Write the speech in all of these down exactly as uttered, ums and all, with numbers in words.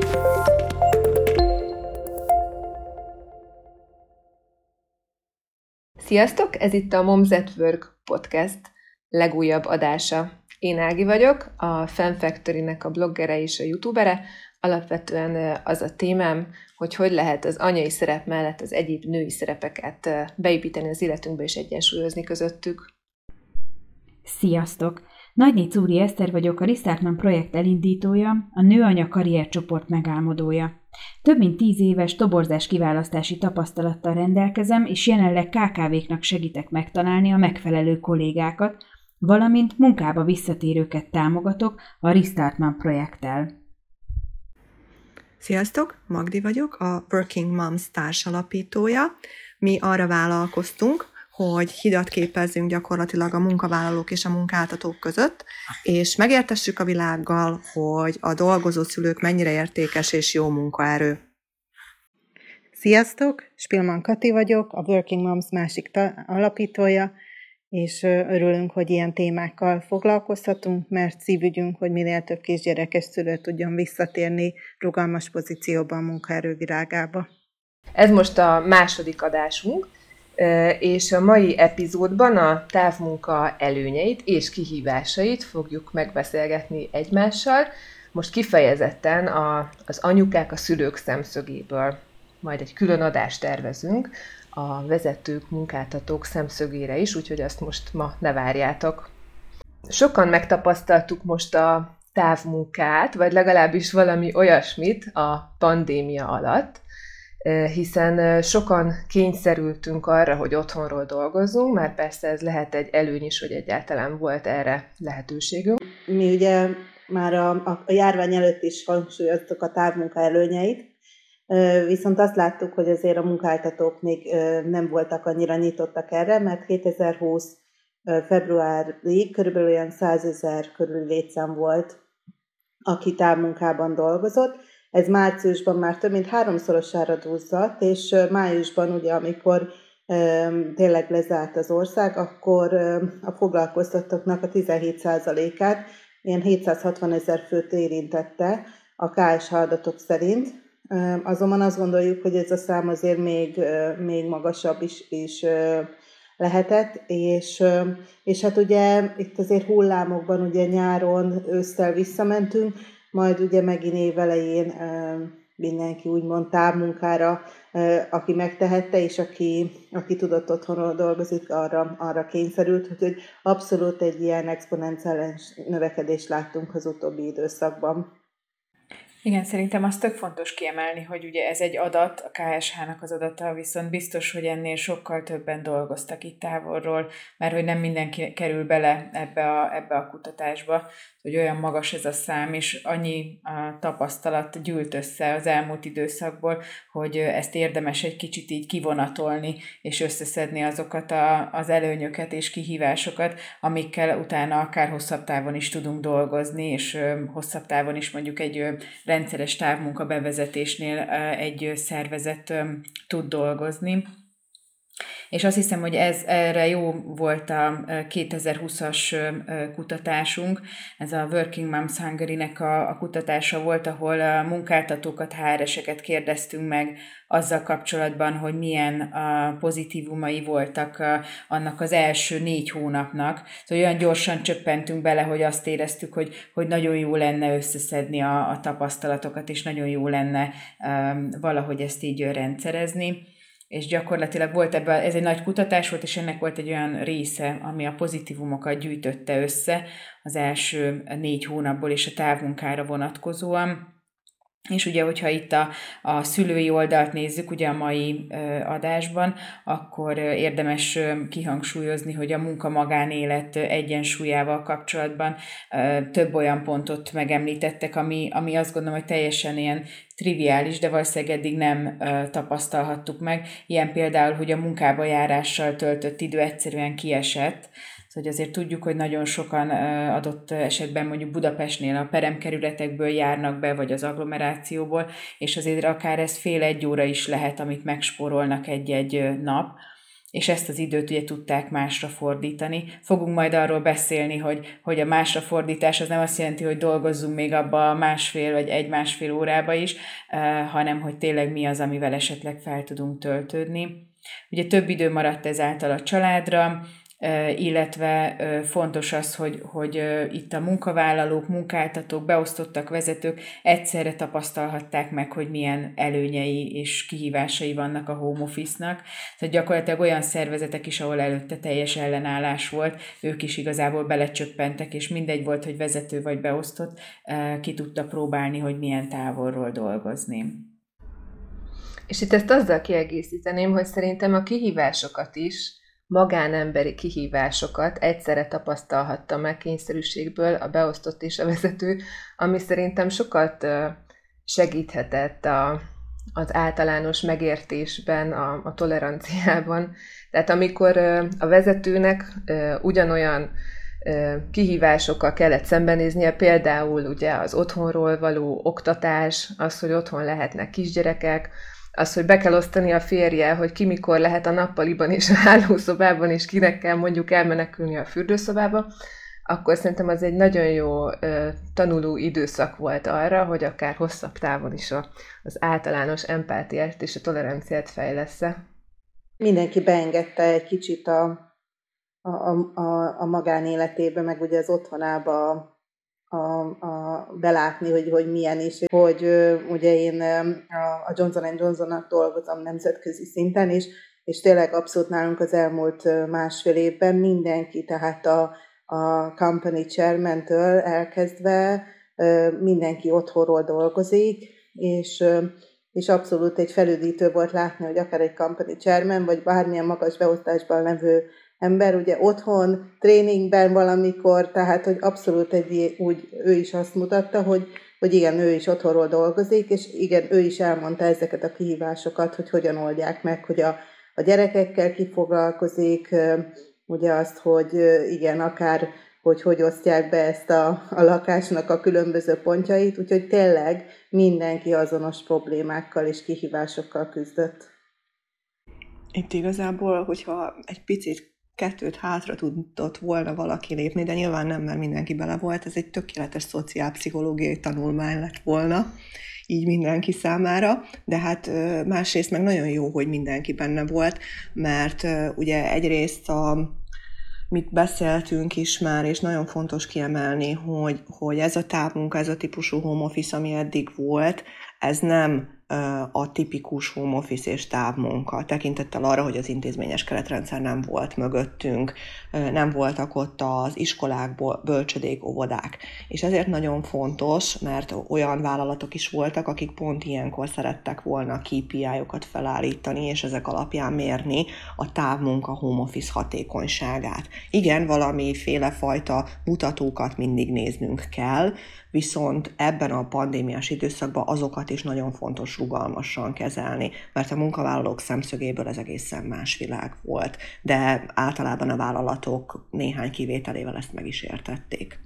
Sziasztok! Ez itt a Moms at Work podcast legújabb adása. Én Ági vagyok, a Fem Factory-nek a bloggere és a youtubere. Alapvetően az a témám, hogy hogy lehet az anyai szerep mellett az egyéb női szerepeket beépíteni az életünkbe és egyensúlyozni közöttük. Sziasztok! Nagyné Czúri Eszter vagyok, a Restartman projekt elindítója, a Nőanya karriercsoport megálmodója. Több mint tíz éves toborzás kiválasztási tapasztalattal rendelkezem, és jelenleg ká ká véknak segítek megtalálni a megfelelő kollégákat, valamint munkába visszatérőket támogatok a Restartman projekttel. Sziasztok! Magdi vagyok, a Working Moms társalapítója. Mi arra vállalkoztunk, hogy hidat képezzünk gyakorlatilag a munkavállalók és a munkáltatók között, és megértessük a világgal, hogy a dolgozó szülők mennyire értékes és jó munkaerő. Sziasztok! Spilman Kati vagyok, a Working Moms másik ta- alapítója, és örülünk, hogy ilyen témákkal foglalkozhatunk, mert szívügyünk, hogy minél több kisgyerekes szülő tudjon visszatérni rugalmas pozícióban a munkaerővilágába. Ez most a második adásunk, és a mai epizódban a távmunka előnyeit és kihívásait fogjuk megbeszélgetni egymással, most kifejezetten a, az anyukák, a szülők szemszögéből. Majd egy külön adást tervezünk a vezetők, munkáltatók szemszögére is, úgyhogy azt most ma ne várjátok. Sokan megtapasztaltuk most a távmunkát, vagy legalábbis valami olyasmit a pandémia alatt, hiszen sokan kényszerültünk arra, hogy otthonról dolgozzunk, már persze ez lehet egy előny is, hogy egyáltalán volt erre lehetőségünk. Mi ugye már a, a járvány előtt is hangsúlyoztuk a távmunka előnyeit, viszont azt láttuk, hogy azért a munkáltatók még nem voltak annyira nyitottak erre, mert kétezer-húsz februárig körülbelül olyan százezer körül létszám volt, aki távmunkában dolgozott. Ez márciusban már több mint háromszorosára duzzadt, és májusban ugye, amikor e, tényleg lezárt az ország, akkor e, a foglalkoztatottaknak a tizenhét százalékát, ilyen hétszázhatvanezer főt érintette a ká es há adatok szerint. E, azonban azt gondoljuk, hogy ez a szám azért még, e, még magasabb is, is e, lehetett, és, e, és hát ugye itt azért hullámokban, ugye nyáron, ősszel visszamentünk, majd ugye megint évelején mindenki úgymond távmunkára, aki megtehette, és aki, aki tudott otthonról dolgozni, arra, arra kényszerült, hogy abszolút egy ilyen exponenciális növekedést láttunk az utóbbi időszakban. Igen, szerintem az tök fontos kiemelni, hogy ugye ez egy adat, a ká es há-nak az adata, viszont biztos, hogy ennél sokkal többen dolgoztak itt távolról, mert hogy nem mindenki kerül bele ebbe a, ebbe a kutatásba, hogy olyan magas ez a szám, és annyi a tapasztalat gyűlt össze az elmúlt időszakból, hogy ezt érdemes egy kicsit így kivonatolni, és összeszedni azokat a, az előnyöket és kihívásokat, amikkel utána akár hosszabb távon is tudunk dolgozni, és hosszabb távon is mondjuk egy rendszeres távmunka bevezetésnél egy szervezet tud dolgozni. És azt hiszem, hogy ez erre jó volt a kétezer-húszas kutatásunk, ez a Working Moms Hungary-nek a, a kutatása volt, ahol a munkáltatókat, há er eseket kérdeztünk meg azzal kapcsolatban, hogy milyen a pozitívumai voltak a, annak az első négy hónapnak. Szóval olyan gyorsan csöppentünk bele, hogy azt éreztük, hogy, hogy nagyon jó lenne összeszedni a, a tapasztalatokat, és nagyon jó lenne um, valahogy ezt így rendszerezni. És gyakorlatilag volt ebben, ez egy nagy kutatás volt, és ennek volt egy olyan része, ami a pozitívumokat gyűjtötte össze az első négy hónapból és a távmunkára vonatkozóan. És ugye, hogyha itt a, a szülői oldalt nézzük, ugye a mai ö, adásban, akkor ö, érdemes ö, kihangsúlyozni, hogy a munka-magánélet egyensúlyával kapcsolatban ö, több olyan pontot megemlítettek, ami, ami azt gondolom, hogy teljesen ilyen triviális, de valószínűleg eddig nem ö, tapasztalhattuk meg. Ilyen például, hogy a munkába járással töltött idő egyszerűen kiesett. Szóval azért tudjuk, hogy nagyon sokan adott esetben mondjuk Budapestnél a peremkerületekből járnak be, vagy az agglomerációból, és azért akár ez fél egy óra is lehet, amit megspórolnak egy-egy nap. és ezt az időt ugye tudták másra fordítani. Fogunk majd arról beszélni, hogy, hogy a másra fordítás az nem azt jelenti, hogy dolgozzunk még abba a másfél vagy egy-másfél órába is, hanem hogy tényleg mi az, amivel esetleg fel tudunk töltődni. Ugye több idő maradt ezáltal a családra, illetve fontos az, hogy, hogy itt a munkavállalók, munkáltatók, beosztottak, vezetők egyszerre tapasztalhatták meg, hogy milyen előnyei és kihívásai vannak a home office-nak. Tehát gyakorlatilag olyan szervezetek is, ahol előtte teljes ellenállás volt, ők is igazából belecsöppentek, és mindegy volt, hogy vezető vagy beosztott, ki tudta próbálni, hogy milyen távolról dolgozni. És itt ezt azzal kiegészíteném, hogy szerintem a kihívásokat is, magánemberi kihívásokat egyszerre tapasztalhatta meg kényszerűségből a beosztott és a vezető, ami szerintem sokat segíthetett a, az általános megértésben, a, a toleranciában. Tehát amikor a vezetőnek ugyanolyan kihívásokkal kellett szembenéznie, például ugye az otthonról való oktatás, az, hogy otthon lehetnek kisgyerekek, az, hogy be kell osztani a férje, hogy ki mikor lehet a nappaliban és a hálószobában, és kinek kell mondjuk elmenekülni a fürdőszobába, akkor szerintem az egy nagyon jó ö, tanuló időszak volt arra, hogy akár hosszabb távon is a, az általános empátiát és a toleranciát fejlesz-e. Mindenki beengedte egy kicsit a, a, a, a magánéletébe, meg ugye az otthonába A, a, belátni, hogy, hogy milyen is, hogy ugye én a Johnson and Johnson-nak dolgozom nemzetközi szinten is, és tényleg abszolút nálunk az elmúlt másfél évben mindenki, tehát a, a company chairman-től elkezdve mindenki otthonról dolgozik, és, és abszolút egy felüdítő volt látni, hogy akár egy company chairman, vagy bármilyen magas beosztásban levő ember, ugye otthon, tréningben valamikor, tehát, hogy abszolút egy úgy, ő is azt mutatta, hogy, hogy igen, ő is otthonról dolgozik, és igen, ő is elmondta ezeket a kihívásokat, hogy hogyan oldják meg, hogy a, a gyerekekkel kifoglalkozik, ugye azt, hogy igen, akár, hogy hogy osztják be ezt a, a lakásnak a különböző pontjait, úgyhogy tényleg mindenki azonos problémákkal és kihívásokkal küzdött. Itt igazából, hogyha egy picit kettőt hátra tudott volna valaki lépni, de nyilván nem, mert mindenki bele volt, ez egy tökéletes szociálpszichológiai tanulmány lett volna, így mindenki számára, de hát másrészt meg nagyon jó, hogy mindenki benne volt, mert ugye egyrészt a mit beszéltünk is már, és nagyon fontos kiemelni, hogy, hogy ez a távmunka, ez a típusú home office, ami eddig volt, ez nem a tipikus home office és távmunka, tekintettel arra, hogy az intézményes keretrendszer nem volt mögöttünk, nem voltak ott az iskolákból bölcsödék, óvodák. És ezért nagyon fontos, mert olyan vállalatok is voltak, akik pont ilyenkor szerettek volna ká pé í-okat felállítani, és ezek alapján mérni a távmunka home office hatékonyságát. Igen, valamiféle fajta mutatókat mindig néznünk kell, viszont ebben a pandémiás időszakban azokat is nagyon fontos rugalmasan kezelni, mert a munkavállalók szemszögéből ez egészen más világ volt, de általában a vállalatok néhány kivételével ezt meg is értették.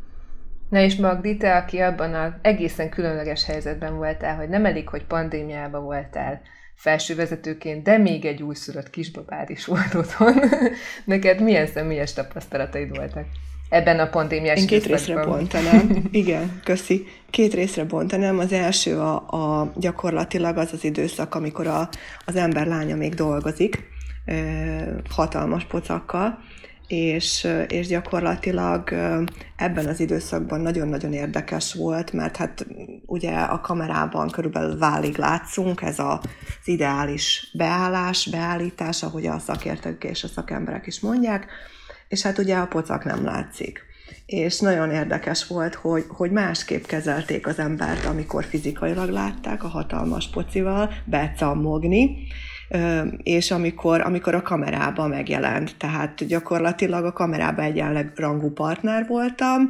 Na és Magdi, te, aki abban az egészen különleges helyzetben voltál, hogy nem elég, hogy pandémiában voltál felsővezetőként, de még egy újszülött kisbabád is volt otthon. Neked milyen személyes tapasztalataid voltak ebben a pandémiás Én két részre bontanám. Igen, köszi. Két részre bontanám. Az első a, a gyakorlatilag az az időszak, amikor a, az ember lánya még dolgozik, hatalmas pocakkal, és, és gyakorlatilag ebben az időszakban nagyon-nagyon érdekes volt, mert hát ugye a kamerában körülbelül válig látszunk, ez az ideális beállás, beállítás, ahogy a szakértők és a szakemberek is mondják, és hát ugye a pocak nem látszik. És nagyon érdekes volt, hogy, hogy másképp kezelték az embert, amikor fizikailag látták a hatalmas pocival becammogni, és amikor, amikor a kamerában megjelent. Tehát gyakorlatilag a kamerában egyenrangú partner voltam,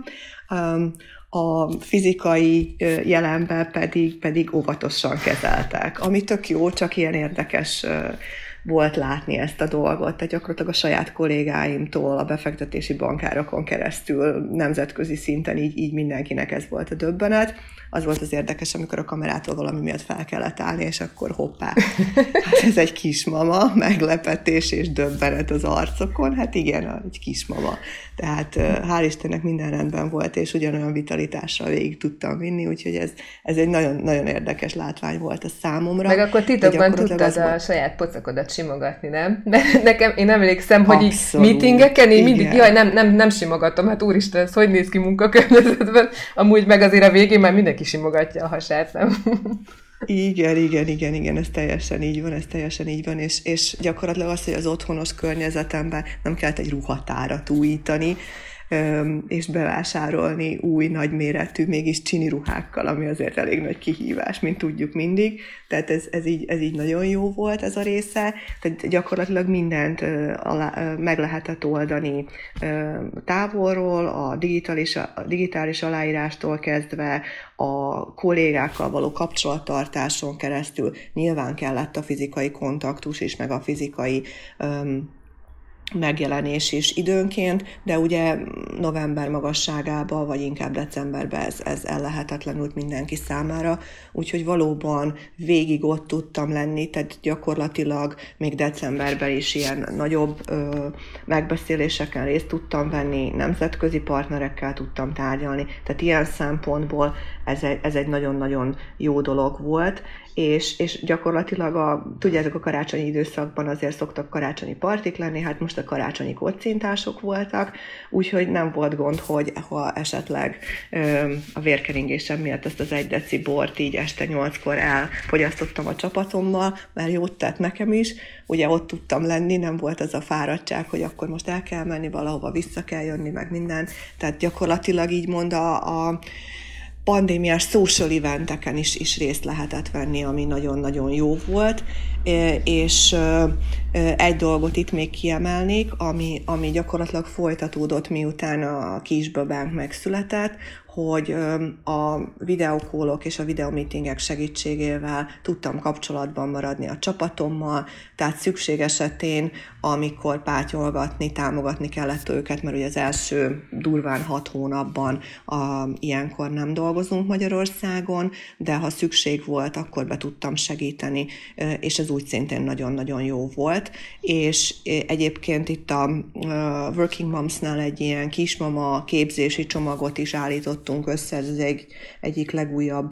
a fizikai jelenben pedig, pedig óvatosan kezeltek. Ami tök jó, csak ilyen érdekes volt látni ezt a dolgot, tehát gyakorlatilag a saját kollégáimtól, a befektetési bankárokon keresztül nemzetközi szinten így, így mindenkinek ez volt a döbbenet. az volt az érdekes, amikor a kamerától valami miatt fel kellett állni, és akkor hoppá. Hát ez egy kismama, meglepetés és döbbenet az arcokon. Hát igen, egy kismama. Tehát hál' Istennek minden rendben volt, és ugyanolyan vitalitással végig tudtam vinni, úgyhogy ez, ez egy nagyon, nagyon érdekes látvány volt a számomra. Meg akkor titokban tudtad a saját pocakodat simogatni, nem? Mert nekem, én emlékszem, hogy így meetingeken én mindig, jaj, nem, nem, nem simogatom, hát úristen, ez hogy néz ki munkakörnyezetben? Amúgy meg azért a végén már mindenki simogatja a hasát, nem? Igen, igen, igen, igen, ez teljesen így van, ez teljesen így van, és, és gyakorlatilag az, hogy az otthonos környezetemben nem kellett egy ruhatárat újítani, és bevásárolni új, nagyméretű, mégis csini ruhákkal, ami azért elég nagy kihívás, mint tudjuk mindig. Tehát ez, ez, így, ez így nagyon jó volt ez a része. Tehát gyakorlatilag mindent alá, meg lehetett oldani távolról, a digitális, a digitális aláírástól kezdve, a kollégákkal való kapcsolattartáson keresztül. Nyilván kellett a fizikai kontaktus is, meg a fizikai um, megjelenés is időnként, de ugye november magasságában, vagy inkább decemberben ez, ez ellehetetlenült mindenki számára, úgyhogy valóban végig ott tudtam lenni, tehát gyakorlatilag még decemberben is ilyen nagyobb ö, megbeszéléseken részt tudtam venni, nemzetközi partnerekkel tudtam tárgyalni, tehát ilyen szempontból ez egy, ez egy nagyon-nagyon jó dolog volt, és, és gyakorlatilag a, tudjátok, a karácsonyi időszakban azért szoktak karácsonyi partik lenni, hát most a karácsonyi kocintások voltak, úgyhogy nem volt gond, hogy ha esetleg ö, a vérkeringésem miatt ezt az egy deci bort így este nyolckor elfogyasztottam a csapatommal, mert jót tett nekem is, ugye ott tudtam lenni, nem volt az a fáradtság, hogy akkor most el kell menni valahova, vissza kell jönni, meg minden, tehát gyakorlatilag így mond a, a pandémiás social eventeken is, is részt lehetett venni, ami nagyon-nagyon jó volt, és egy dolgot itt még kiemelnék, ami, ami gyakorlatilag folytatódott, miután a kisbabánk megszületett, hogy a videokólok és a videomeetingek segítségével tudtam kapcsolatban maradni a csapatommal, tehát szükség esetén, amikor pátyolgatni, támogatni kellett őket, mert ugye az első durván hat hónapban a, ilyenkor nem dolgozunk Magyarországon, de ha szükség volt, akkor be tudtam segíteni, és ez úgy szintén nagyon-nagyon jó volt. És egyébként itt a Working Moms-nál egy ilyen kismama képzési csomagot is állítottunk össze, ez egy, egyik legújabb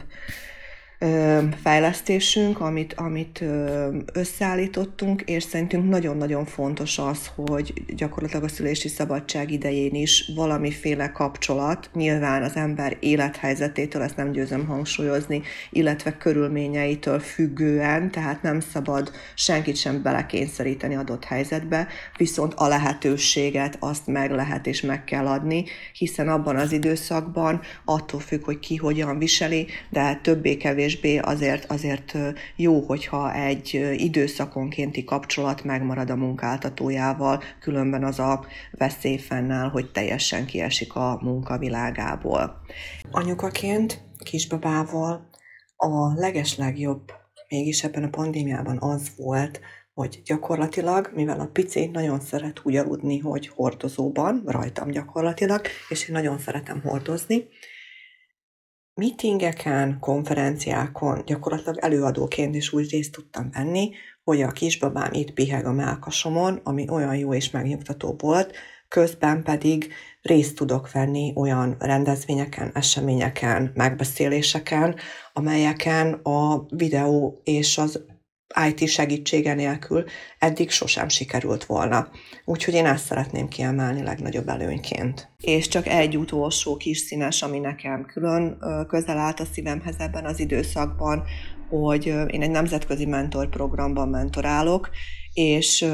fejlesztésünk, amit, amit összeállítottunk, és szerintünk nagyon-nagyon fontos az, hogy gyakorlatilag a szülési szabadság idején is valamiféle kapcsolat, nyilván az ember élethelyzetétől, ezt nem győzöm hangsúlyozni, illetve körülményeitől függően, tehát nem szabad senkit sem belekényszeríteni adott helyzetbe, viszont a lehetőséget azt meg lehet és meg kell adni, hiszen abban az időszakban attól függ, hogy ki hogyan viseli, de többé-kevésbé azért, azért jó, hogyha egy időszakonkénti kapcsolat megmarad a munkáltatójával, különben az a veszély fennáll, hogy teljesen kiesik a munkavilágából. Anyukaként, kisbabával a legeslegjobb mégis ebben a pandémiában az volt, hogy gyakorlatilag, mivel a pici nagyon szeret úgy aludni, hogy hordozóban, rajtam gyakorlatilag, és én nagyon szeretem hordozni, meetingeken, konferenciákon gyakorlatilag előadóként is úgy részt tudtam venni, hogy a kisbabám itt piheg a mellkasomon, ami olyan jó és megnyugtató volt, közben pedig részt tudok venni olyan rendezvényeken, eseményeken, megbeszéléseken, amelyeken a videó és az í té segítsége nélkül eddig sosem sikerült volna. Úgyhogy én ezt szeretném kiemelni legnagyobb előnyként. És csak egy utolsó kis színes, ami nekem külön közel állt a szívemhez ebben az időszakban, hogy én egy nemzetközi mentorprogramban mentorálok, és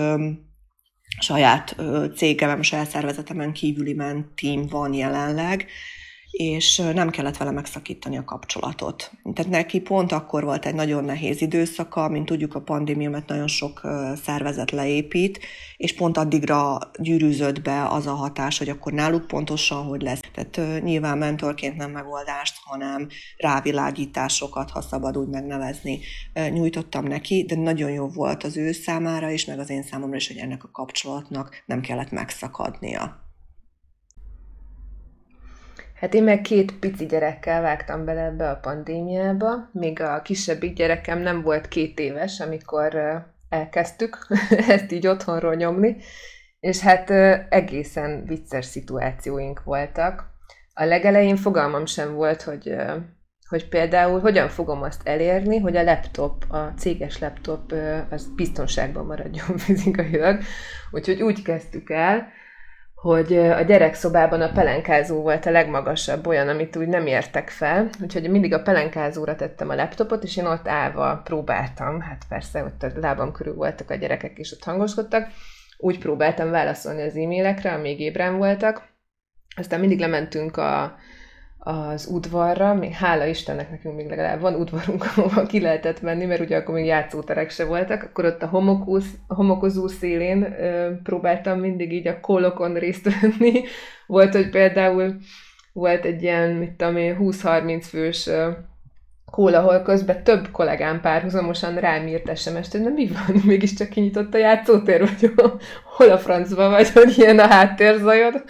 saját cégemen, saját szervezetemen kívüli menteam van jelenleg, és nem kellett vele megszakítani a kapcsolatot. Tehát neki pont akkor volt egy nagyon nehéz időszaka, mint tudjuk, a pandémia, mert nagyon sok szervezet leépít, és pont addigra gyűrűzött be az a hatás, hogy akkor náluk pontosan hogy lesz. Tehát nyilván mentorként nem megoldást, hanem rávilágításokat, ha szabad úgy megnevezni, nyújtottam neki, de nagyon jó volt az ő számára is, meg az én számomra is, hogy ennek a kapcsolatnak nem kellett megszakadnia. Hát én meg két pici gyerekkel vágtam bele ebbe a pandémiába, még a kisebbik gyerekem nem volt két éves, amikor elkezdtük ezt így otthonról nyomni, és hát egészen vicces szituációink voltak. A legelején fogalmam sem volt, hogy, hogy például hogyan fogom azt elérni, hogy a laptop, a céges laptop az biztonságban maradjon fizikailag. Úgyhogy úgy kezdtük el, hogy a gyerekszobában a pelenkázó volt a legmagasabb, olyan, amit úgy nem értek fel. Úgyhogy mindig a pelenkázóra tettem a laptopot, és én ott állva próbáltam, hát persze ott a lábam körül voltak a gyerekek, és ott hangoskodtak, úgy próbáltam válaszolni az e-mailekre, amíg ébren voltak. Aztán mindig lementünk a, az udvarra, még hála Istennek nekünk még legalább van udvarunk, ahol ki lehetett menni, mert ugye akkor még játszóterek se voltak, akkor ott a, homokúsz, a homokozó szélén ö, próbáltam mindig így a kollokon részt venni. Volt, hogy például volt egy ilyen, mit tudom én, húsz-harminc fős ö, kól, ahol közben több kollégám párhuzamosan rám írt es em est, hogy na mi van, mégiscsak kinyitott a játszótér, vagy hol a francba vagy, hogy ilyen a háttérzajod.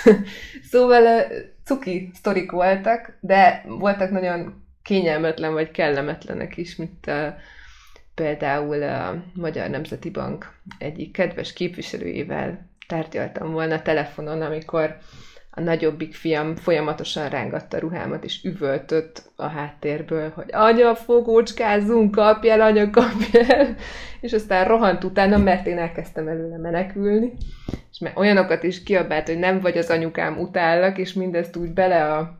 Szóval cuki sztorik voltak, de voltak nagyon kényelmetlen vagy kellemetlenek is, mint uh, például a Magyar Nemzeti Bank egyik kedves képviselőjével tárgyaltam volna telefonon, amikor a nagyobbik fiam folyamatosan rángatta a ruhámat, és üvöltött a háttérből, hogy anya, fogócskázunk, kapj el, anya, kapj el, és aztán rohant utána, mert én elkezdtem előle menekülni, és mert olyanokat is kiabált, hogy nem vagy az anyukám, utállak, és mindezt úgy bele a,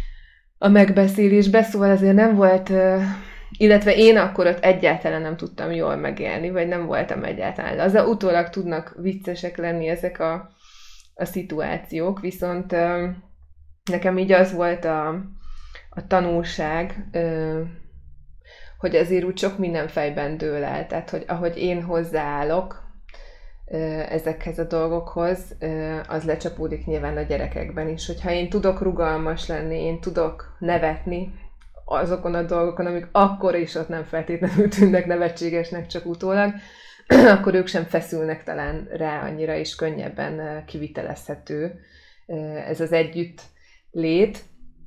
a megbeszélésbe, szóval azért nem volt, illetve én akkor ott egyáltalán nem tudtam jól megélni, vagy nem voltam egyáltalán. Az utólag tudnak viccesek lenni ezek a a szituációk, viszont ö, nekem így az volt a, a tanulság, ö, hogy azért úgy sok minden fejben dől el, tehát hogy ahogy én hozzáállok ö, ezekhez a dolgokhoz, ö, az lecsapódik nyilván a gyerekekben is, hogyha én tudok rugalmas lenni, én tudok nevetni azokon a dolgokon, amik akkor is ott nem feltétlenül tűnnek nevetségesnek, csak utólag, akkor ők sem feszülnek talán rá annyira, és könnyebben kivitelezhető ez az együtt lét.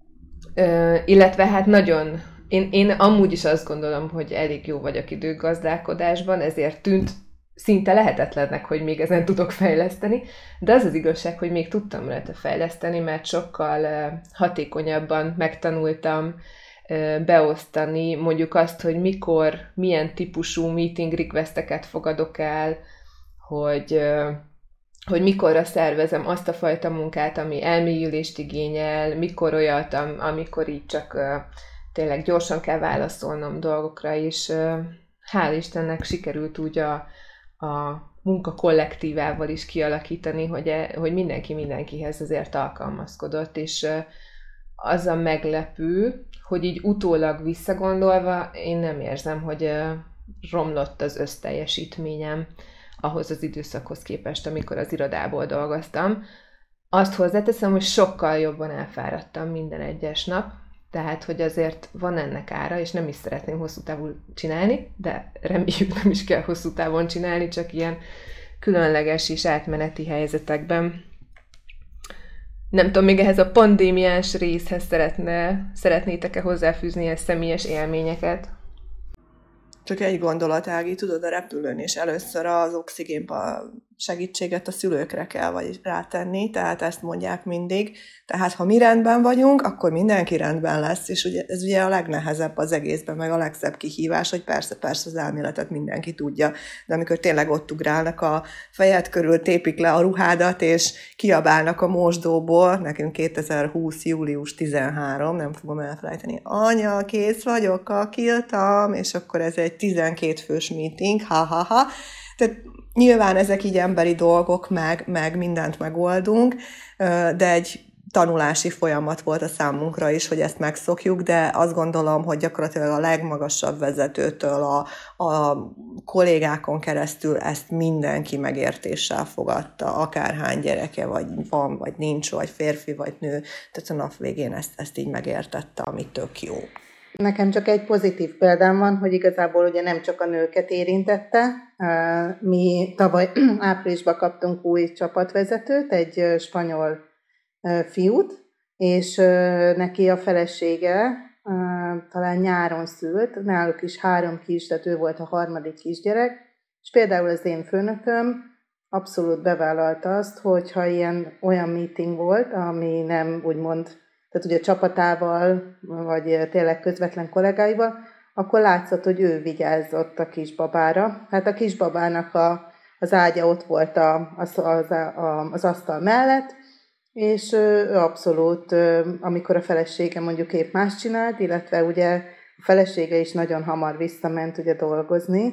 Illetve hát nagyon, én, én amúgy is azt gondolom, hogy elég jó vagyok időgazdálkodásban, ezért tűnt szinte lehetetlennek, hogy még ezen tudok fejleszteni, de az az igazság, hogy még tudtam rajta fejleszteni, mert sokkal hatékonyabban megtanultam beosztani mondjuk azt, hogy mikor, milyen típusú meeting requesteket fogadok el, hogy, hogy mikorra szervezem azt a fajta munkát, ami elmélyülést igényel, mikor olyat, amikor így csak tényleg gyorsan kell válaszolnom dolgokra, és hál' Istennek sikerült úgy a, a munka kollektívával is kialakítani, hogy, hogy mindenki mindenkihez azért alkalmazkodott, és az a meglepő, hogy így utólag visszagondolva én nem érzem, hogy romlott az összteljesítményem ahhoz az időszakhoz képest, amikor az irodából dolgoztam. Azt hozzáteszem, hogy sokkal jobban elfáradtam minden egyes nap, tehát, hogy azért van ennek ára, és nem is szeretném hosszú távon csinálni, de reméljük nem is kell hosszú távon csinálni, csak ilyen különleges és átmeneti helyzetekben. Nem tudom, még ehhez a pandémiás részhez szeretne, szeretnétek-e hozzáfűzni ezt személyes élményeket? Csak egy gondolat, Ági, tudod, a repülőn is először az oxigén segítséget a szülőkre kell vagy rátenni, tehát ezt mondják mindig. Tehát ha mi rendben vagyunk, akkor mindenki rendben lesz, és ugye, ez ugye a legnehezebb az egészben, meg a legszebb kihívás, hogy persze, persze az elméletet mindenki tudja, de amikor tényleg ott ugrálnak a fejed körül, tépik le a ruhádat, és kiabálnak a mosdóból, nekünk kétezer-húsz. július tizenharmadika, nem fogom elfelejteni, anya, kész vagyok, kakiltam, és akkor ez egy tizenkét fős meeting, ha-ha-ha. Tehát nyilván ezek így emberi dolgok, meg, meg mindent megoldunk, de egy tanulási folyamat volt a számunkra is, hogy ezt megszokjuk, de azt gondolom, hogy gyakorlatilag a legmagasabb vezetőtől a, a kollégákon keresztül ezt mindenki megértéssel fogadta, akárhány gyereke vagy van, vagy nincs, vagy férfi, vagy nő, tehát a nap végén ezt, ezt így megértette, ami tök jó. Nekem csak egy pozitív példám van, hogy igazából ugye nem csak a nőket érintette. Mi tavaly áprilisban kaptunk új csapatvezetőt, egy spanyol fiút, és neki a felesége talán nyáron szült, náluk is három kis, tehát ő volt a harmadik kisgyerek, és például az én főnököm abszolút bevállalta azt, hogyha ilyen olyan meeting volt, ami nem úgymond, tehát ugye a csapatával, vagy tényleg közvetlen kollégáival, akkor látszott, hogy ő vigyázott a kisbabára. Hát a kisbabának a, az ágya ott volt a, az, az, a, az asztal mellett, és ő abszolút, amikor a felesége mondjuk épp más csinált, illetve ugye a felesége is nagyon hamar visszament ugye dolgozni,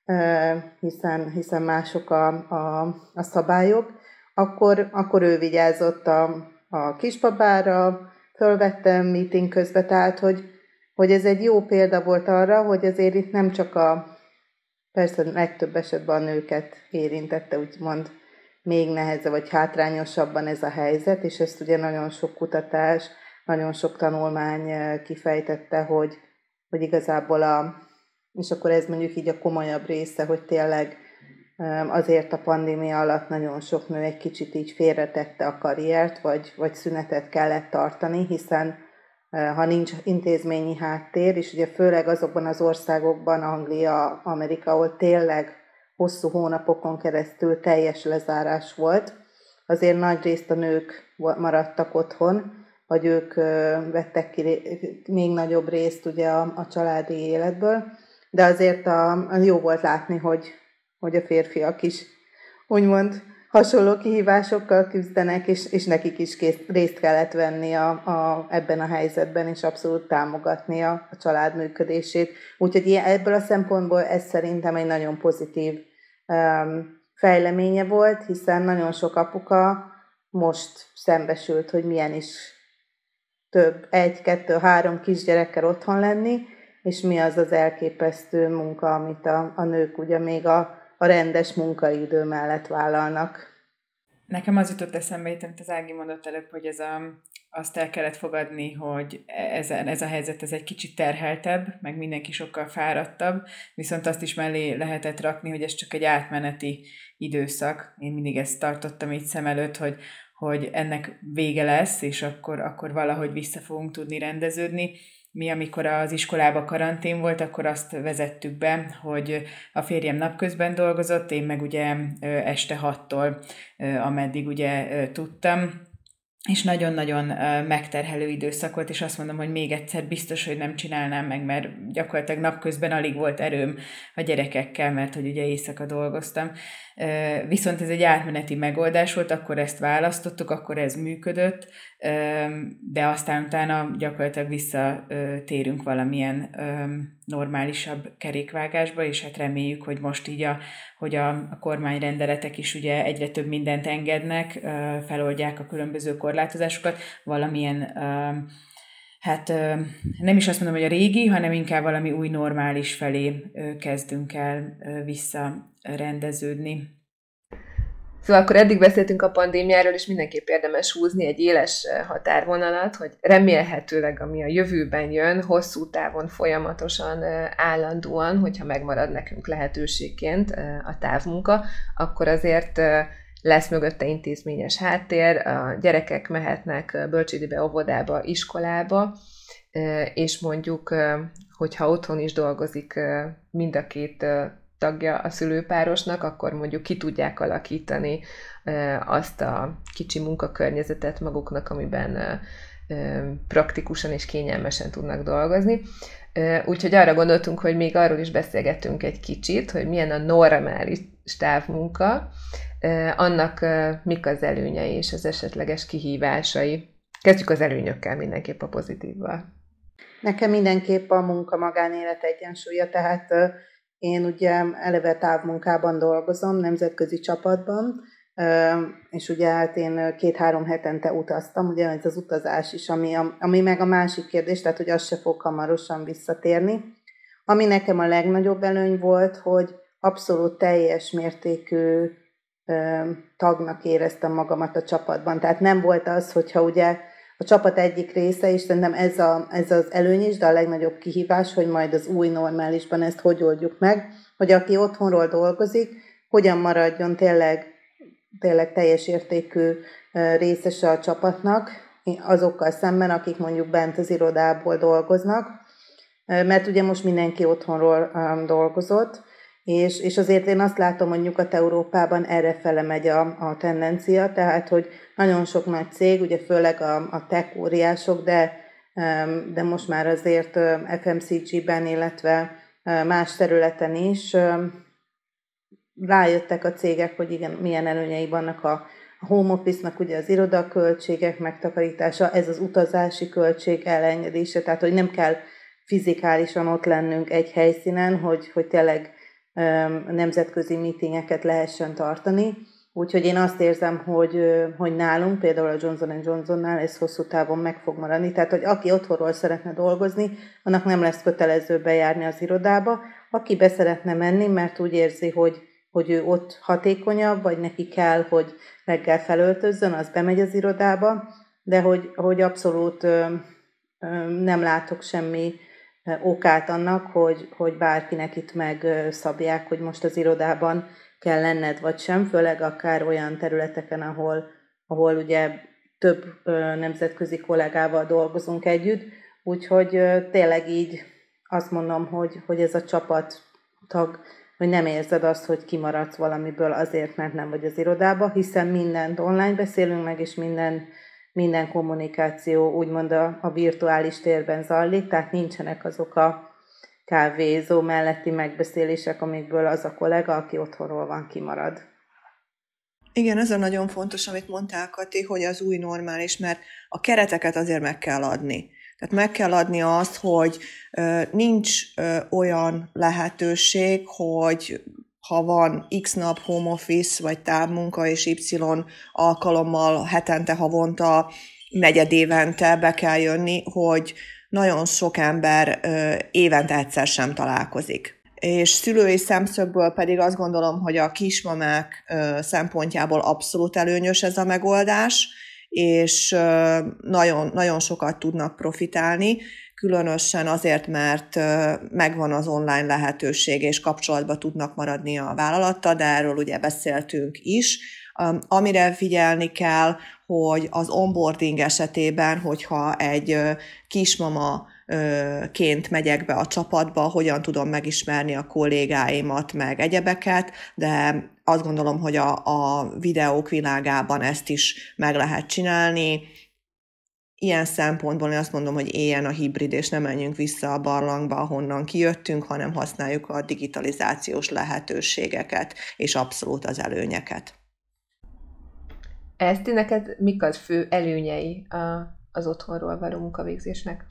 hiszen, hiszen mások a, a, a szabályok, akkor, akkor ő vigyázott a, a kisbabára, fölvette meeting közben, tehát hogy, hogy ez egy jó példa volt arra, hogy azért itt nem csak a, persze legtöbb esetben a nőket érintette, úgymond még nehezebb vagy hátrányosabban ez a helyzet, és ezt ugye nagyon sok kutatás, nagyon sok tanulmány kifejtette, hogy, hogy igazából a, és akkor ez mondjuk így a komolyabb része, hogy tényleg azért a pandémia alatt nagyon sok nő egy kicsit így félretette a karriert, vagy, vagy szünetet kellett tartani, hiszen ha nincs intézményi háttér, és ugye főleg azokban az országokban, Anglia, Amerika, ahol tényleg hosszú hónapokon keresztül teljes lezárás volt, azért nagy részt a nők maradtak otthon, vagy ők vettek ki még nagyobb részt ugye a, a családi életből, de azért a, a jó volt látni, hogy, hogy a férfiak is úgymond hasonló kihívásokkal küzdenek, és, és nekik is kész, részt kellett venni a, a, ebben a helyzetben, és abszolút támogatni a, a család működését. Úgyhogy ilyen, ebből a szempontból ez szerintem egy nagyon pozitív um, fejleménye volt, hiszen nagyon sok apuka most szembesült, hogy milyen is több, egy, kettő, három kisgyerekkel otthon lenni, és mi az az elképesztő munka, amit a, a nők ugye még a, a rendes munkaidő mellett vállalnak. Nekem az jutott eszembe, itt, amit az Ági mondott előbb, hogy ez a, azt el kellett fogadni, hogy ez, ez a helyzet ez egy kicsit terheltebb, meg mindenki sokkal fáradtabb, viszont azt is mellé lehetett rakni, hogy ez csak egy átmeneti időszak. Én mindig ezt tartottam így szem előtt, hogy, hogy ennek vége lesz, és akkor, akkor valahogy vissza fogunk tudni rendeződni. Mi, amikor az iskolában karantén volt, akkor azt vezettük be, hogy a férjem napközben dolgozott, én meg ugye este hattól, ameddig ugye tudtam, és nagyon-nagyon megterhelő időszak volt, és azt mondom, hogy még egyszer biztos, hogy nem csinálnám meg, mert gyakorlatilag napközben alig volt erőm a gyerekekkel, mert hogy ugye éjszaka dolgoztam. Viszont ez egy átmeneti megoldás volt, akkor ezt választottuk, akkor ez működött, de aztán utána gyakorlatilag visszatérünk valamilyen normálisabb kerékvágásba, és hát reméljük, hogy most így a, hogy a, a kormányrendeletek is ugye egyre több mindent engednek, feloldják a különböző korlátozásokat, valamilyen hát nem is azt mondom, hogy a régi, hanem inkább valami új normális felé kezdünk el visszarendeződni. Szóval akkor eddig beszéltünk a pandémiáról, és mindenképp érdemes húzni egy éles határvonalat, hogy remélhetőleg, ami a jövőben jön, hosszú távon folyamatosan, állandóan, hogyha megmarad nekünk lehetőségként a távmunka, akkor azért lesz mögötte intézményes háttér, a gyerekek mehetnek bölcsődébe, óvodába, iskolába, és mondjuk, hogyha otthon is dolgozik mind a két tagja a szülőpárosnak, akkor mondjuk ki tudják alakítani azt a kicsi munkakörnyezetet maguknak, amiben praktikusan és kényelmesen tudnak dolgozni. Úgyhogy arra gondoltunk, hogy még arról is beszélgetünk egy kicsit, hogy milyen a normális távmunka, annak mik az előnyei és az esetleges kihívásai. Kezdjük az előnyökkel, mindenképp a pozitívval. Nekem mindenképp a munka-magánélet egyensúlya, tehát én ugye eleve távmunkában dolgozom, nemzetközi csapatban, és ugye hát én két-három hetente utaztam, ugye ez az utazás is, ami, ami meg a másik kérdés, tehát hogy az se fog hamarosan visszatérni. Ami nekem a legnagyobb előny volt, hogy abszolút teljes mértékű tagnak éreztem magamat a csapatban. Tehát nem volt az, hogyha ugye a csapat egyik része, és szerintem ez, a, ez az előny is, de a legnagyobb kihívás, hogy majd az új normálisban ezt hogy oldjuk meg, hogy aki otthonról dolgozik, hogyan maradjon tényleg, tényleg teljes értékű részese a csapatnak, azokkal szemben, akik mondjuk bent az irodából dolgoznak, mert ugye most mindenki otthonról dolgozott, és, és azért én azt látom, hogy Nyugat-Európában errefele megy a, a tendencia, tehát hogy nagyon sok nagy cég, ugye főleg a, a tech óriások, de, de most már azért ef em cé gé-ben, illetve más területen is rájöttek a cégek, hogy igen, milyen előnyei vannak a, a home office-nak, ugye az irodaköltségek megtakarítása, ez az utazási költség elengedése, tehát hogy nem kell fizikálisan ott lennünk egy helyszínen, hogy, hogy tényleg um, nemzetközi meetingeket lehessen tartani. Úgyhogy én azt érzem, hogy, hogy nálunk, például a Johnson and Johnsonnál ez hosszú távon meg fog maradni. Tehát, hogy aki otthonról szeretne dolgozni, annak nem lesz kötelező bejárni az irodába. Aki be szeretne menni, mert úgy érzi, hogy, hogy ő ott hatékonyabb, vagy neki kell, hogy reggel felöltözzön, az bemegy az irodába, de hogy, hogy abszolút ö, ö, nem látok semmi okát annak, hogy, hogy bárkinek itt megszabják, hogy most az irodában kell lenned, vagy sem, főleg akár olyan területeken, ahol, ahol ugye több nemzetközi kollégával dolgozunk együtt, úgyhogy tényleg így azt mondom, hogy, hogy ez a csapattag, hogy nem érzed azt, hogy kimaradsz valamiből azért, mert nem vagy az irodába, hiszen mindent online beszélünk meg, és minden minden kommunikáció úgymond a, a virtuális térben zajlik, tehát nincsenek azok a kávézó melletti megbeszélések, amikből az a kollega, aki otthonról van, kimarad. Igen, ez a nagyon fontos, amit mondtál, Kati, hogy az új normális, mert a kereteket azért meg kell adni. Tehát meg kell adni azt, hogy ö, nincs ö, olyan lehetőség, hogy ha van X nap home office, vagy távmunka, és Y alkalommal hetente, havonta, negyedévente be kell jönni, hogy nagyon sok ember ö, évente egyszer sem találkozik. És szülői szemszögből pedig azt gondolom, hogy a kismamák ö, szempontjából abszolút előnyös ez a megoldás, és ö, nagyon, nagyon sokat tudnak profitálni, különösen azért, mert megvan az online lehetőség, és kapcsolatban tudnak maradni a vállalattal, de erről ugye beszéltünk is. Amire figyelni kell, hogy az onboarding esetében, hogyha egy kismamaként megyek be a csapatba, hogyan tudom megismerni a kollégáimat, meg egyebeket, de azt gondolom, hogy a, a videók világában ezt is meg lehet csinálni. Ilyen szempontból én azt mondom, hogy éljen a hibrid, és ne menjünk vissza a barlangba, ahonnan kijöttünk, hanem használjuk a digitalizációs lehetőségeket, és abszolút az előnyeket. Eszti, neked mik az fő előnyei az otthonról való munkavégzésnek?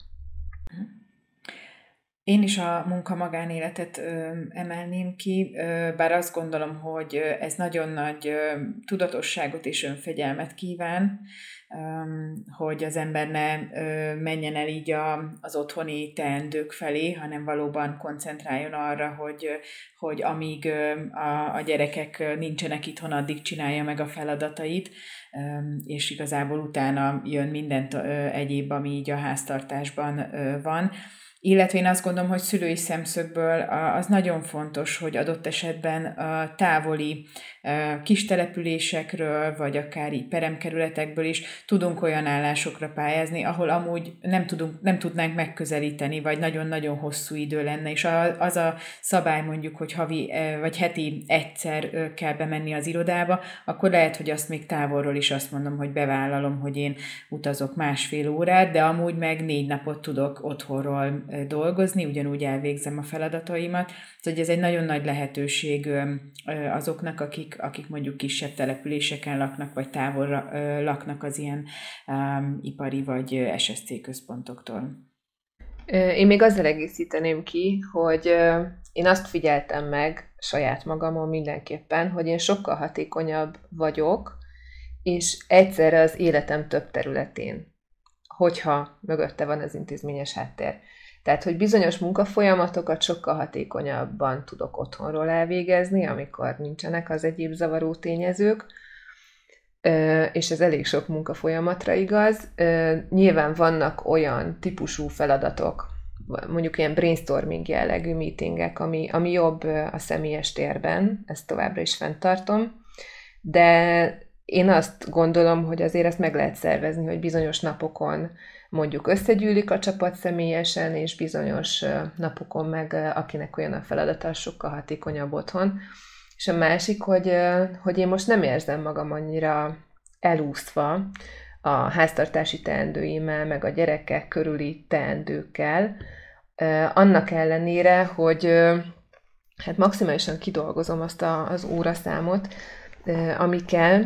Én is a munka-magánéletet ö, emelném ki, ö, bár azt gondolom, hogy ez nagyon nagy ö, tudatosságot és önfegyelmet kíván, ö, hogy az ember ne ö, menjen el így a, az otthoni teendők felé, hanem valóban koncentráljon arra, hogy, hogy amíg ö, a, a gyerekek nincsenek itthon, addig csinálja meg a feladatait, ö, és igazából utána jön mindent ö, egyéb, ami így a háztartásban ö, van. Illetve én azt gondolom, hogy szülői szemszögből az nagyon fontos, hogy adott esetben a távoli kis településekről, vagy akár így peremkerületekből is tudunk olyan állásokra pályázni, ahol amúgy nem, tudunk, nem tudnánk megközelíteni, vagy nagyon-nagyon hosszú idő lenne, és az a szabály mondjuk, hogy havi vagy heti egyszer kell bemenni az irodába, akkor lehet, hogy azt még távolról is azt mondom, hogy bevállalom, hogy én utazok másfél órát, de amúgy meg négy napot tudok otthonról dolgozni, ugyanúgy elvégzem a feladataimat. Szóval ez egy nagyon nagy lehetőség azoknak, akik, akik mondjuk kisebb településeken laknak, vagy távolra laknak az ilyen um, ipari vagy es es cé központoktól. Én még azzal egészíteném ki, hogy én azt figyeltem meg saját magamon mindenképpen, hogy én sokkal hatékonyabb vagyok, és egyszerre az életem több területén, hogyha mögötte van az intézményes háttér. Tehát, hogy bizonyos munkafolyamatokat sokkal hatékonyabban tudok otthonról elvégezni, amikor nincsenek az egyéb zavaró tényezők, és ez elég sok munkafolyamatra igaz. Nyilván vannak olyan típusú feladatok, mondjuk ilyen brainstorming jellegű meetingek, ami, ami jobb a személyes térben, ezt továbbra is fenntartom, de én azt gondolom, hogy azért ezt meg lehet szervezni, hogy bizonyos napokon mondjuk összegyűlik a csapat személyesen, és bizonyos napokon meg akinek olyan a feladata, az sokkal hatékonyabb otthon. És a másik, hogy, hogy én most nem érzem magam annyira elúszva a háztartási teendőimmel, meg a gyerekek körüli teendőkkel, annak ellenére, hogy hát maximálisan kidolgozom azt a, az óraszámot, ami kell,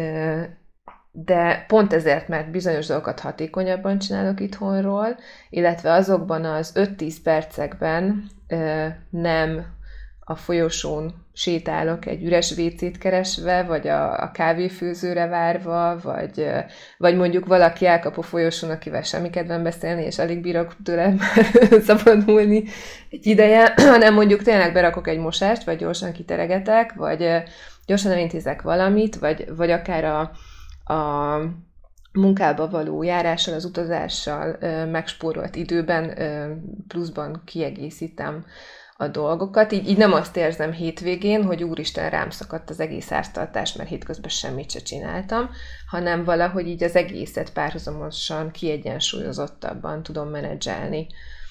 de pont ezért, mert bizonyos dolgokat hatékonyabban csinálok itthonról, illetve azokban az öt-tíz percekben nem a folyosón sétálok egy üres vécét keresve, vagy a, a kávéfőzőre várva, vagy, vagy mondjuk valaki elkap a folyosón, akivel semmi kedvem beszélni, és alig bírok tőle szabadulni egy ideje, hanem mondjuk tényleg berakok egy mosást, vagy gyorsan kiteregetek, vagy gyorsan elintézek valamit, vagy, vagy akár a, a munkába való járással, az utazással megspórolt időben pluszban kiegészítem a dolgokat. Így, így nem azt érzem hétvégén, hogy úristen, rám szakadt az egész háztartás, mert hétközben semmit se csináltam, hanem valahogy így az egészet párhuzamosan kiegyensúlyozottabban tudom menedzselni.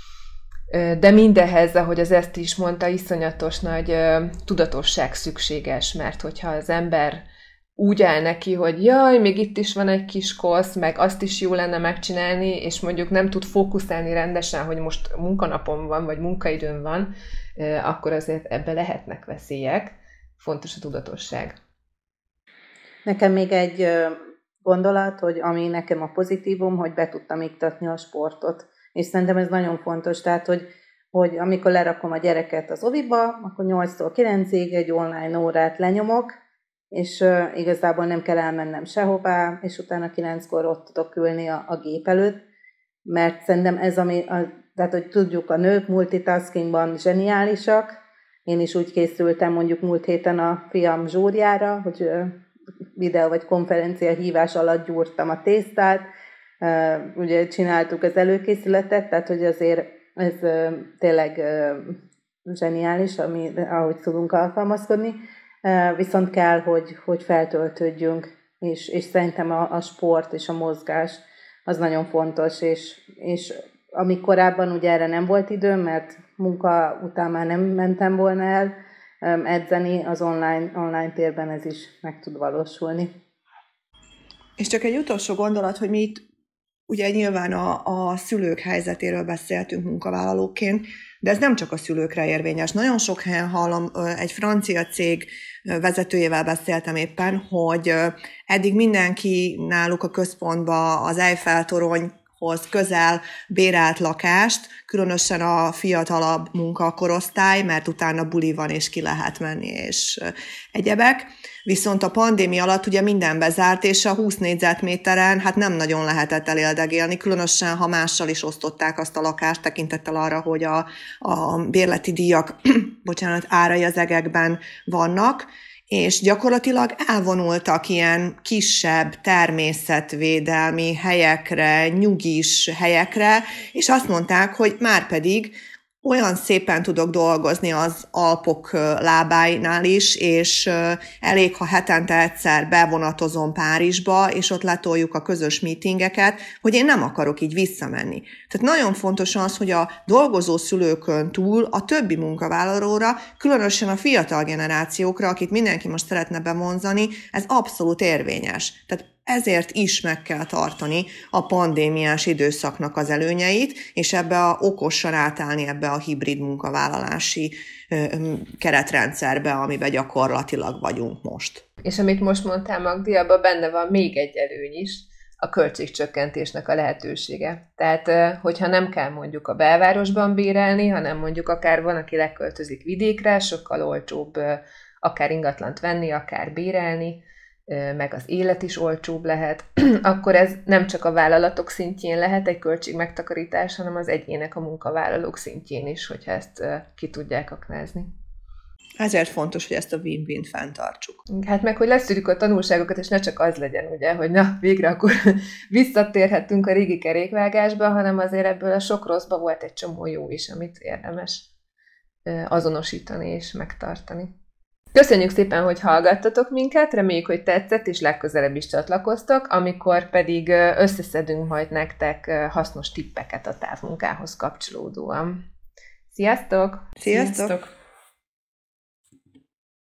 De mindehhez, ahogy az ezt is mondta, iszonyatos nagy tudatosság szükséges, mert hogyha az ember úgy áll neki, hogy jaj, még itt is van egy kis kosz, meg azt is jó lenne megcsinálni, és mondjuk nem tud fókuszálni rendesen, hogy most munkanapom van, vagy munkaidőm van, akkor azért ebbe lehetnek veszélyek. Fontos a tudatosság. Nekem még egy gondolat, hogy ami nekem a pozitívum, hogy be tudtam iktatni a sportot. És szerintem ez nagyon fontos, tehát, hogy, hogy amikor lerakom a gyereket az oviba, akkor nyolctól kilencig egy online órát lenyomok, és uh, igazából nem kell elmennem sehová, és utána kilenckor ott tudok ülni a, a gép előtt, mert szerintem ez, ami, a, tehát hogy tudjuk, a nők multitaskingban zseniálisak. Én is úgy készültem mondjuk múlt héten a fiam zsúrjára, hogy uh, videó vagy konferencia hívás alatt gyúrtam a tésztát, uh, ugye csináltuk az előkészületet, tehát hogy azért ez uh, tényleg uh, zseniális, ami, ahogy tudunk alkalmazkodni. Viszont kell, hogy, hogy feltöltődjünk, és, és szerintem a, a sport és a mozgás az nagyon fontos, és, és amíg korábban ugye erre nem volt időm, mert munka után már nem mentem volna el edzeni, az online, online térben ez is meg tud valósulni. És csak egy utolsó gondolat, hogy mi itt ugye nyilván a, a szülők helyzetéről beszéltünk munkavállalóként, de ez nem csak a szülőkre érvényes. Nagyon sok helyen hallom, egy francia cég vezetőjével beszéltem éppen, hogy eddig mindenki náluk a központba az Eiffel-toronyhoz közel bérelt lakást, különösen a fiatalabb munkakorosztály, mert utána buli van, és ki lehet menni, és egyebek. Viszont a pandémia alatt ugye minden bezárt, és a húsz négyzetméteren hát nem nagyon lehetett eléldegélni, különösen ha mással is osztották azt a lakást, tekintettel arra, hogy a, a bérleti díjak, bocsánat, árai az egekben vannak, és gyakorlatilag elvonultak ilyen kisebb természetvédelmi helyekre, nyugis helyekre, és azt mondták, hogy már pedig olyan szépen tudok dolgozni az Alpok lábáinál is, és elég, ha hetente egyszer bevonatozom Párizsba, és ott letoljuk a közös meetingeket, hogy én nem akarok így visszamenni. Tehát nagyon fontos az, hogy a dolgozó szülőkön túl a többi munkavállalóra, különösen a fiatal generációkra, akit mindenki most szeretne bevonzani, ez abszolút érvényes. Tehát ezért is meg kell tartani a pandémiás időszaknak az előnyeit, és ebbe a okosan átállni ebbe a hibrid munkavállalási keretrendszerbe, amiben gyakorlatilag vagyunk most. És amit most mondtál, Magdi, abban benne van még egy előny is, a költségcsökkentésnek a lehetősége. Tehát, hogyha nem kell mondjuk a belvárosban bérelni, hanem mondjuk akár van, aki leköltözik vidékre, sokkal olcsóbb akár ingatlant venni, akár bérelni, meg az élet is olcsóbb lehet, akkor ez nem csak a vállalatok szintjén lehet egy költségmegtakarítás, hanem az egyének, a munkavállalók szintjén is, hogyha ezt ki tudják aknázni. Ezért fontos, hogy ezt a win-win-t fenntartsuk. Hát meg, hogy leszűrjük a tanulságokat, és ne csak az legyen, ugye, hogy na, végre akkor visszatérhettünk a régi kerékvágásba, hanem azért ebből a sok rosszba volt egy csomó jó is, amit érdemes azonosítani és megtartani. Köszönjük szépen, hogy hallgattatok minket, reméljük, hogy tetszett, és legközelebb is csatlakoztok, amikor pedig összeszedünk majd nektek hasznos tippeket a távmunkához kapcsolódóan. Sziasztok! Sziasztok! Sziasztok.